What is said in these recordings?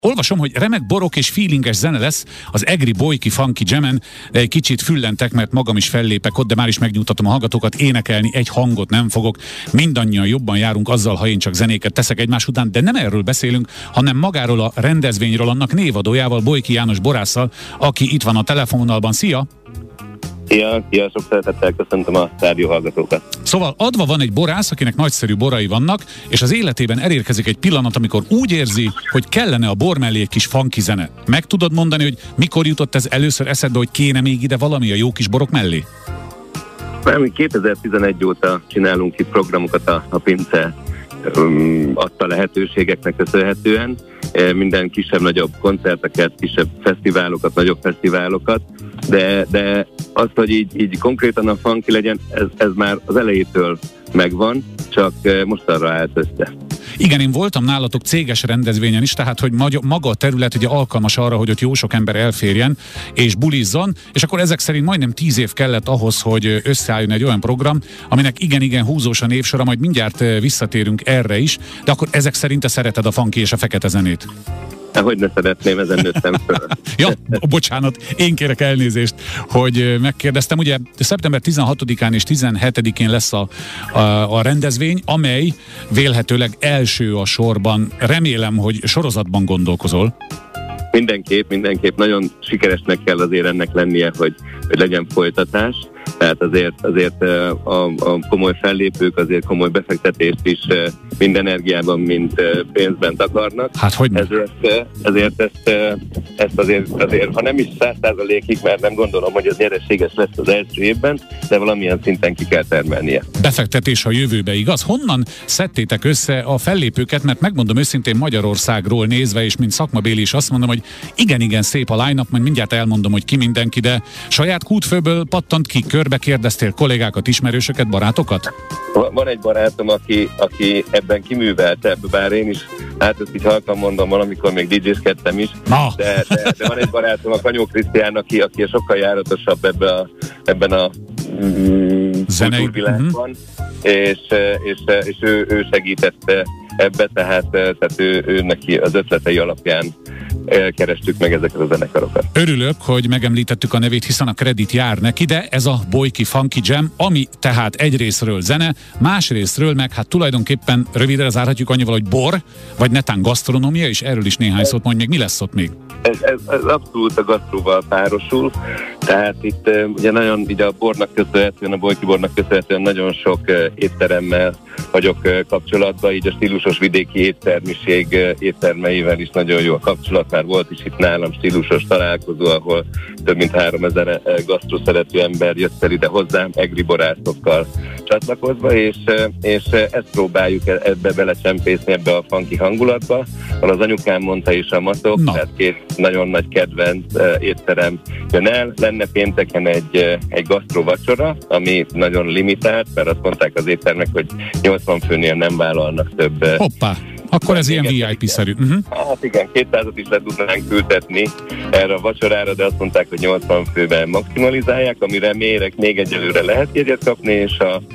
Olvasom, hogy remek borok és feelinges zene lesz az Egri Bolyki Funky Jam-en, de egy kicsit füllentek, mert magam is fellépek ott, de már is megnyugtatom a hallgatókat, énekelni egy hangot nem fogok. Mindannyian jobban járunk azzal, ha én csak zenéket teszek egymás után, de nem erről beszélünk, hanem magáról a rendezvényről, annak névadójával, Bolyki János borásszal, aki itt van a telefonvonalban. Szia! Szia, sok szeretettel köszöntöm a rádió hallgatókat. Szóval adva van egy borász, akinek nagyszerű borai vannak, és az életében elérkezik egy pillanat, amikor úgy érzi, hogy kellene a bor mellé egy kis funky zene. Meg tudod mondani, hogy mikor jutott ez először eszedbe, hogy kéne még ide valami a jó kis borok mellé? Mi 2011 óta csinálunk itt programokat a Pince adta lehetőségeknek köszönhetően. Minden kisebb-nagyobb koncerteket, kisebb fesztiválokat, nagyobb fesztiválokat, de az, hogy így konkrétan a funky legyen, ez már az elejétől megvan, csak most arra állt össze. Igen, én voltam nálatok céges rendezvényen is, tehát hogy maga a terület ugye alkalmas arra, hogy ott jó sok ember elférjen és bulizzon, és akkor ezek szerint majdnem 10 év kellett ahhoz, hogy összeálljon egy olyan program, aminek igen igen húzós a névsora, majd mindjárt visszatérünk erre is, de akkor ezek szerint te szereted a funky és a fekete zenét? Hogy ne szeretném, ezen nőttem föl. Ja, bocsánat, én kérek elnézést, hogy megkérdeztem. Ugye szeptember 16-án és 17-én lesz a rendezvény, amely vélhetőleg első a sorban. Remélem, hogy sorozatban gondolkozol. Mindenképp nagyon sikeresnek kell azért ennek lennie, hogy legyen folytatás. Tehát azért a komoly fellépők azért komoly befektetést is mind energiában, mind pénzben takarnak. Hát hogy ezért ezt azért, ha nem is 100%-ig, mert nem gondolom, hogy az nyereséges lesz az első évben, de valamilyen szinten ki kell termelnie. Befektetés a jövőbe, igaz? Honnan szedtétek össze a fellépőket? Mert megmondom őszintén, Magyarországról nézve, és mint szakmabéli is azt mondom, hogy igen szép a line-up, majd mindjárt elmondom, hogy ki mindenki, de saját kútfőből pattant ki, körbe kérdeztél kollégákat, ismerősöket, barátokat? Van egy barátom, aki ebben kiművelte, bár én is, hát ezt így halkan mondom, valamikor még DJ-zkedtem is, de van egy barátom, a Kanyó Krisztián, aki sokkal járatosabb ebben a kultúrvilágban, és ő segítette ebbe, tehát ő neki az ötletei alapján kerestük meg ezeket a zenekarokat. Örülök, hogy megemlítettük a nevét, hiszen a kredit jár neki, de ez a Bolyki Funky Jam, ami tehát egyrészről zene, másrészről meg hát tulajdonképpen rövidre zárhatjuk annyival, hogy bor, vagy netán gasztronómia, és erről is néhány szót mondj még, mi lesz ott még? Ez abszolút a gasztróval párosul, tehát itt ugye nagyon így a bornak köszönhetően, a Bolyki bornak köszönhetően nagyon sok étteremmel vagyok kapcsolatban, így a stílusos vidéki éttermiség éttermeivel is nagyon jó a kapcsolat, már volt is itt nálam stílusos találkozó, ahol több mint 3000 gasztroszerető ember jött el ide hozzám, egri borászokkal csatlakozva, és ezt próbáljuk ebbe belecsempészni, ebbe a funky hangulatba. Az anyukám mondta is a Matok, tehát két nagyon nagy kedvenc étterem jön el. Lenne pénteken egy gasztrovacsora, ami nagyon limitált, mert azt mondták az éttermek, hogy 80 főnél nem vállalnak több. Hoppá! Akkor ez ilyen VIP-szerű. Hát igen, 200-at is le tudnánk ültetni erre a vacsorára, de azt mondták, hogy 80 főben maximalizálják, amire még egyelőre lehet jegyet kapni, és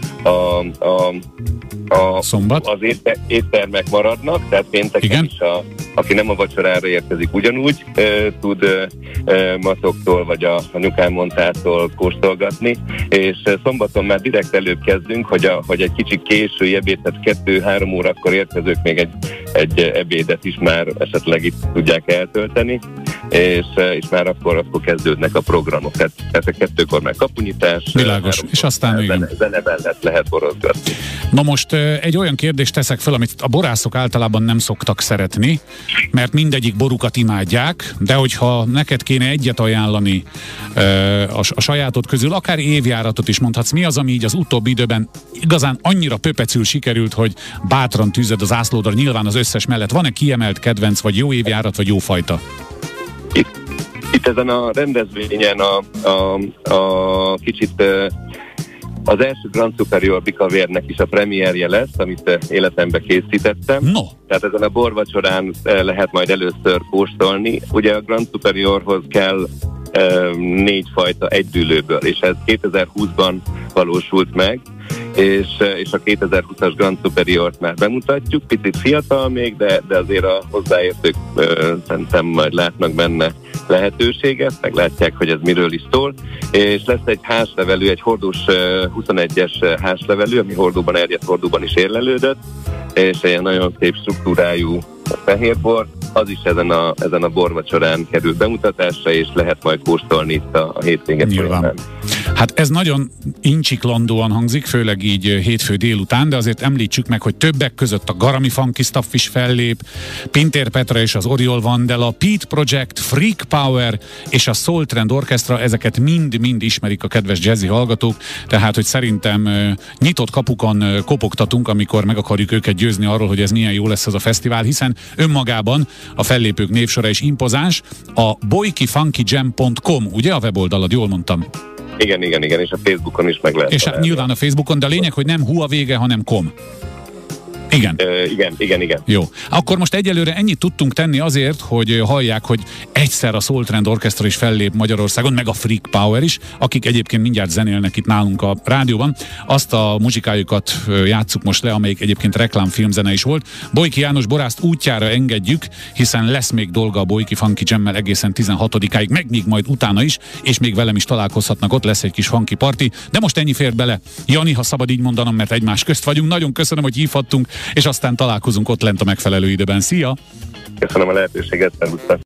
Szombat? Az éttermek maradnak, tehát pénteken is aki nem a vacsorára érkezik, ugyanúgy tud Matoktól vagy a anyukám mondtától kóstolgatni, és szombaton már direkt előbb kezdünk, hogy egy kicsit késői ebéd, tehát 2-3 órakor érkezők még egy ebédet is már esetleg itt tudják eltölteni, és már akkor kezdődnek a programok. Tehát 2-kor már kapunyítás. Világos, és aztán zene mellett lehet borozgatni. Na most egy olyan kérdést teszek fel, amit a borászok általában nem szoktak szeretni, mert mindegyik borukat imádják, de hogyha neked kéne egyet ajánlani a sajátod közül, akár évjáratot is mondhatsz, mi az, ami így az utóbbi időben igazán annyira pöpecül sikerült, hogy bátran tűzed az zászlódra, nyilván az összes mellett. Van-e kiemelt kedvenc, vagy jó évjárat, vagy jó fajta? Itt ezen a rendezvényen a kicsit az első Grand Superior Bikavérnek is a premierje lesz, amit életembe készítettem. No. Tehát ezen a borvacsorán lehet majd először kóstolni. Ugye a Grand Superiorhoz kell 4 fajta egy dűlőből, és ez 2020-ban valósult meg, és a 2020-as Grand Superiort már bemutatjuk, picit fiatal még, de azért a hozzáértők szerintem majd látnak benne lehetőséget, meglátják, hogy ez miről is szól, és lesz egy házlevelű, egy hordós 21-es házlevelű, ami hordóban, erjedt hordóban is érlelődött, és egy nagyon szép struktúrájú fehérbor, az is ezen a borvacsorán kerül bemutatásra, és lehet majd kóstolni itt a hétvége folyamán. Hát ez nagyon incsiklandóan hangzik, főleg így hétfő délután, de azért említsük meg, hogy többek között a Garami Funky Stuff is fellép, Pintér Petra és az Oriol Vandella, Pete Project, Freak Power és a Soul Trend Orchestra, ezeket mind-mind ismerik a kedves jazzy hallgatók, tehát hogy szerintem nyitott kapukon kopogtatunk, amikor meg akarjuk őket győzni arról, hogy ez milyen jó lesz ez a fesztivál, hiszen önmagában a fellépők névsora is impozáns. A boykifunkyjam.com, ugye a weboldalad, jól mondtam? Igen, és a Facebookon is meg lehet. És nyilván a Facebookon, de a lényeg, hogy nem hu a vége, hanem com. Igen. Igen. Jó. Akkor most egyelőre ennyit tudtunk tenni azért, hogy hallják, hogy egyszer a Soul Trend Orchestra is fellép Magyarországon, meg a Freak Power is, akik egyébként mindjárt zenélnek itt nálunk a rádióban. Azt a muzsikájukat játsszuk most le, amelyik egyébként reklámfilmzene is volt. Bolyki János borászt útjára engedjük, hiszen lesz még dolga a Bolyki Funky Jammel egészen 16-áig, meg még majd utána is, és még velem is találkozhatnak, ott lesz egy kis funky party, de most ennyi fér bele. Jani, ha szabad így mondanom, mert egymás közt vagyunk, nagyon köszönöm, hogy hívhattunk, és aztán találkozunk ott lent a megfelelő időben. Szia! Köszönöm a lehetőséget, szervusztok!